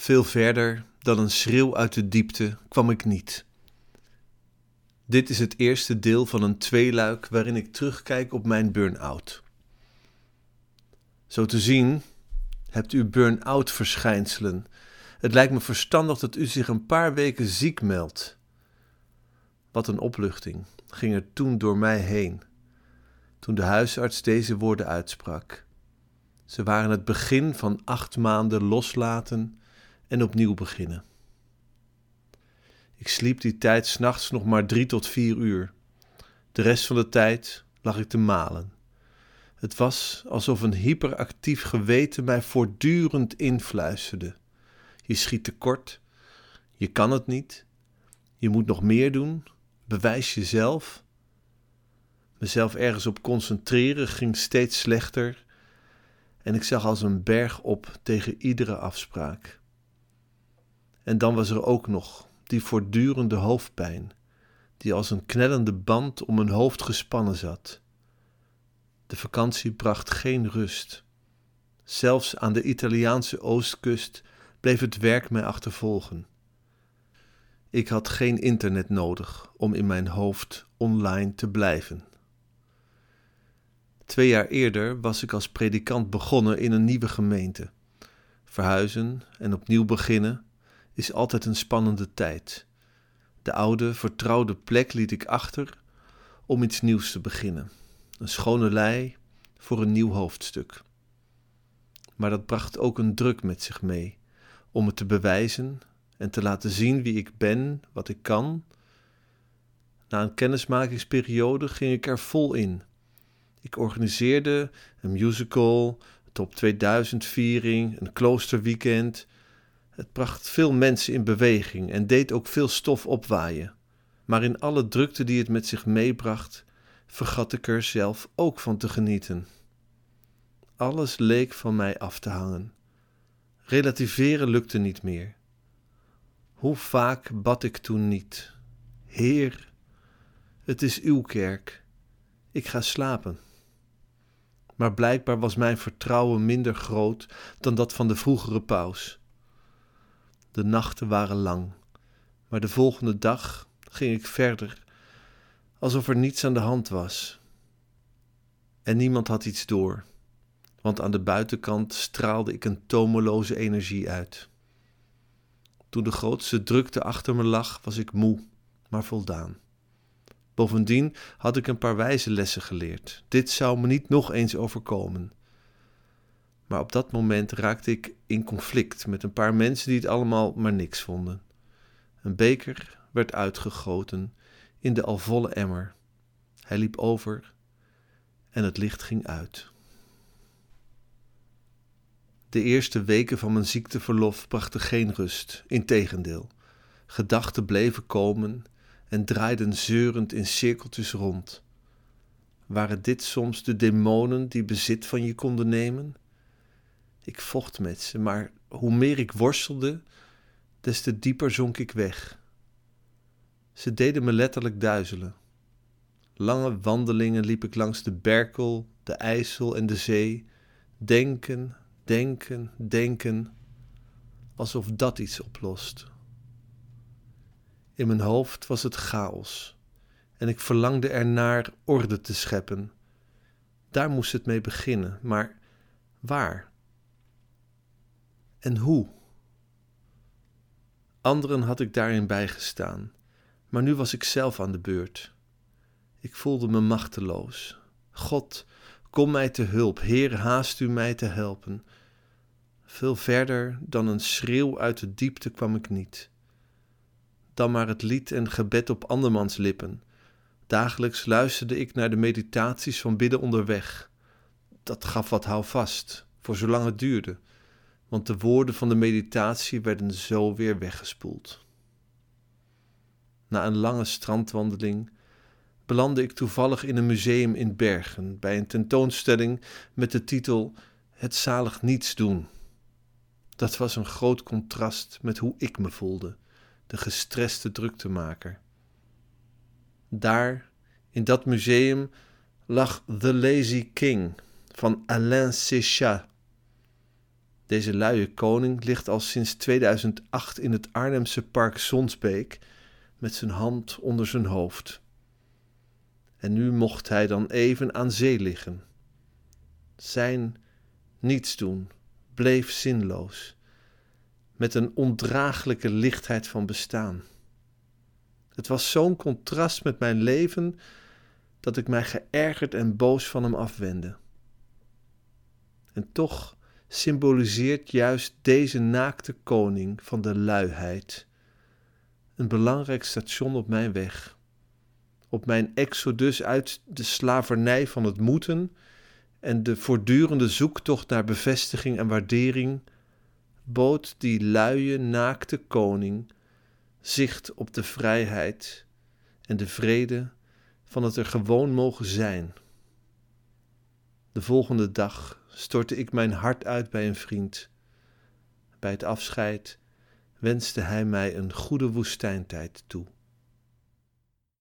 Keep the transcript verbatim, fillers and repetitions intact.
Veel verder dan een schreeuw uit de diepte kwam ik niet. Dit is het eerste deel van een tweeluik waarin ik terugkijk op mijn burn-out. Zo te zien hebt u burn-out verschijnselen. Het lijkt me verstandig dat u zich een paar weken ziek meldt. Wat een opluchting ging er toen door mij heen, toen de huisarts deze woorden uitsprak. Ze waren het begin van acht maanden loslaten en opnieuw beginnen. Ik sliep die tijd 's nachts nog maar drie tot vier uur. De rest van de tijd lag ik te malen. Het was alsof een hyperactief geweten mij voortdurend influisterde. Je schiet tekort, je kan het niet, je moet nog meer doen, bewijs jezelf. Mezelf ergens op concentreren ging steeds slechter en ik zag als een berg op tegen iedere afspraak. En dan was er ook nog die voortdurende hoofdpijn, die als een knellende band om mijn hoofd gespannen zat. De vakantie bracht geen rust. Zelfs aan de Italiaanse oostkust bleef het werk mij achtervolgen. Ik had geen internet nodig om in mijn hoofd online te blijven. Twee jaar eerder was ik als predikant begonnen in een nieuwe gemeente. Verhuizen en opnieuw beginnen is altijd een spannende tijd. De oude, vertrouwde plek liet ik achter om iets nieuws te beginnen. Een schone lei voor een nieuw hoofdstuk. Maar dat bracht ook een druk met zich mee, om het te bewijzen en te laten zien wie ik ben, wat ik kan. Na een kennismakingsperiode ging ik er vol in. Ik organiseerde een musical, een top tweeduizend viering, een kloosterweekend. Het bracht veel mensen in beweging en deed ook veel stof opwaaien. Maar in alle drukte die het met zich meebracht, vergat ik er zelf ook van te genieten. Alles leek van mij af te hangen. Relativeren lukte niet meer. Hoe vaak bad ik toen niet: Heer, het is uw kerk, ik ga slapen. Maar blijkbaar was mijn vertrouwen minder groot dan dat van de vroegere paus. De nachten waren lang, maar de volgende dag ging ik verder, alsof er niets aan de hand was. En niemand had iets door, want aan de buitenkant straalde ik een tomeloze energie uit. Toen de grootste drukte achter me lag, was ik moe, maar voldaan. Bovendien had ik een paar wijze lessen geleerd. Dit zou me niet nog eens overkomen. Maar op dat moment raakte ik in conflict met een paar mensen die het allemaal maar niks vonden. Een beker werd uitgegoten in de al volle emmer. Hij liep over en het licht ging uit. De eerste weken van mijn ziekteverlof brachten geen rust, integendeel. Gedachten bleven komen en draaiden zeurend in cirkeltjes rond. Waren dit soms de demonen die bezit van je konden nemen? Ik vocht met ze, maar hoe meer ik worstelde, des te dieper zonk ik weg. Ze deden me letterlijk duizelen. Lange wandelingen liep ik langs de Berkel, de IJssel en de zee, denken, denken, denken, alsof dat iets oplost. In mijn hoofd was het chaos en ik verlangde ernaar orde te scheppen. Daar moest het mee beginnen, maar waar? En hoe? Anderen had ik daarin bijgestaan, maar nu was ik zelf aan de beurt. Ik voelde me machteloos. God, kom mij te hulp, Heer, haast u mij te helpen. Veel verder dan een schreeuw uit de diepte kwam ik niet. Dan maar het lied en gebed op andermans lippen. Dagelijks luisterde ik naar de meditaties van bidden onderweg. Dat gaf wat houvast, voor zolang het duurde, want de woorden van de meditatie werden zo weer weggespoeld. Na een lange strandwandeling belandde ik toevallig in een museum in Bergen, bij een tentoonstelling met de titel Het zalig niets doen. Dat was een groot contrast met hoe ik me voelde, de gestreste druktemaker. Daar, in dat museum, lag The Lazy King van Alain Séchat. Deze luie koning ligt al sinds tweeduizend acht in het Arnhemse park Sonsbeek met zijn hand onder zijn hoofd. En nu mocht hij dan even aan zee liggen. Zijn niets doen bleef zinloos, met een ondraaglijke lichtheid van bestaan. Het was zo'n contrast met mijn leven dat ik mij geërgerd en boos van hem afwendde. En toch symboliseert juist deze naakte koning van de luiheid een belangrijk station op mijn weg. Op mijn exodus uit de slavernij van het moeten en de voortdurende zoektocht naar bevestiging en waardering bood die luie, naakte koning zicht op de vrijheid en de vrede van het er gewoon mogen zijn. De volgende dag stortte ik mijn hart uit bij een vriend. Bij het afscheid wenste hij mij een goede woestijntijd toe.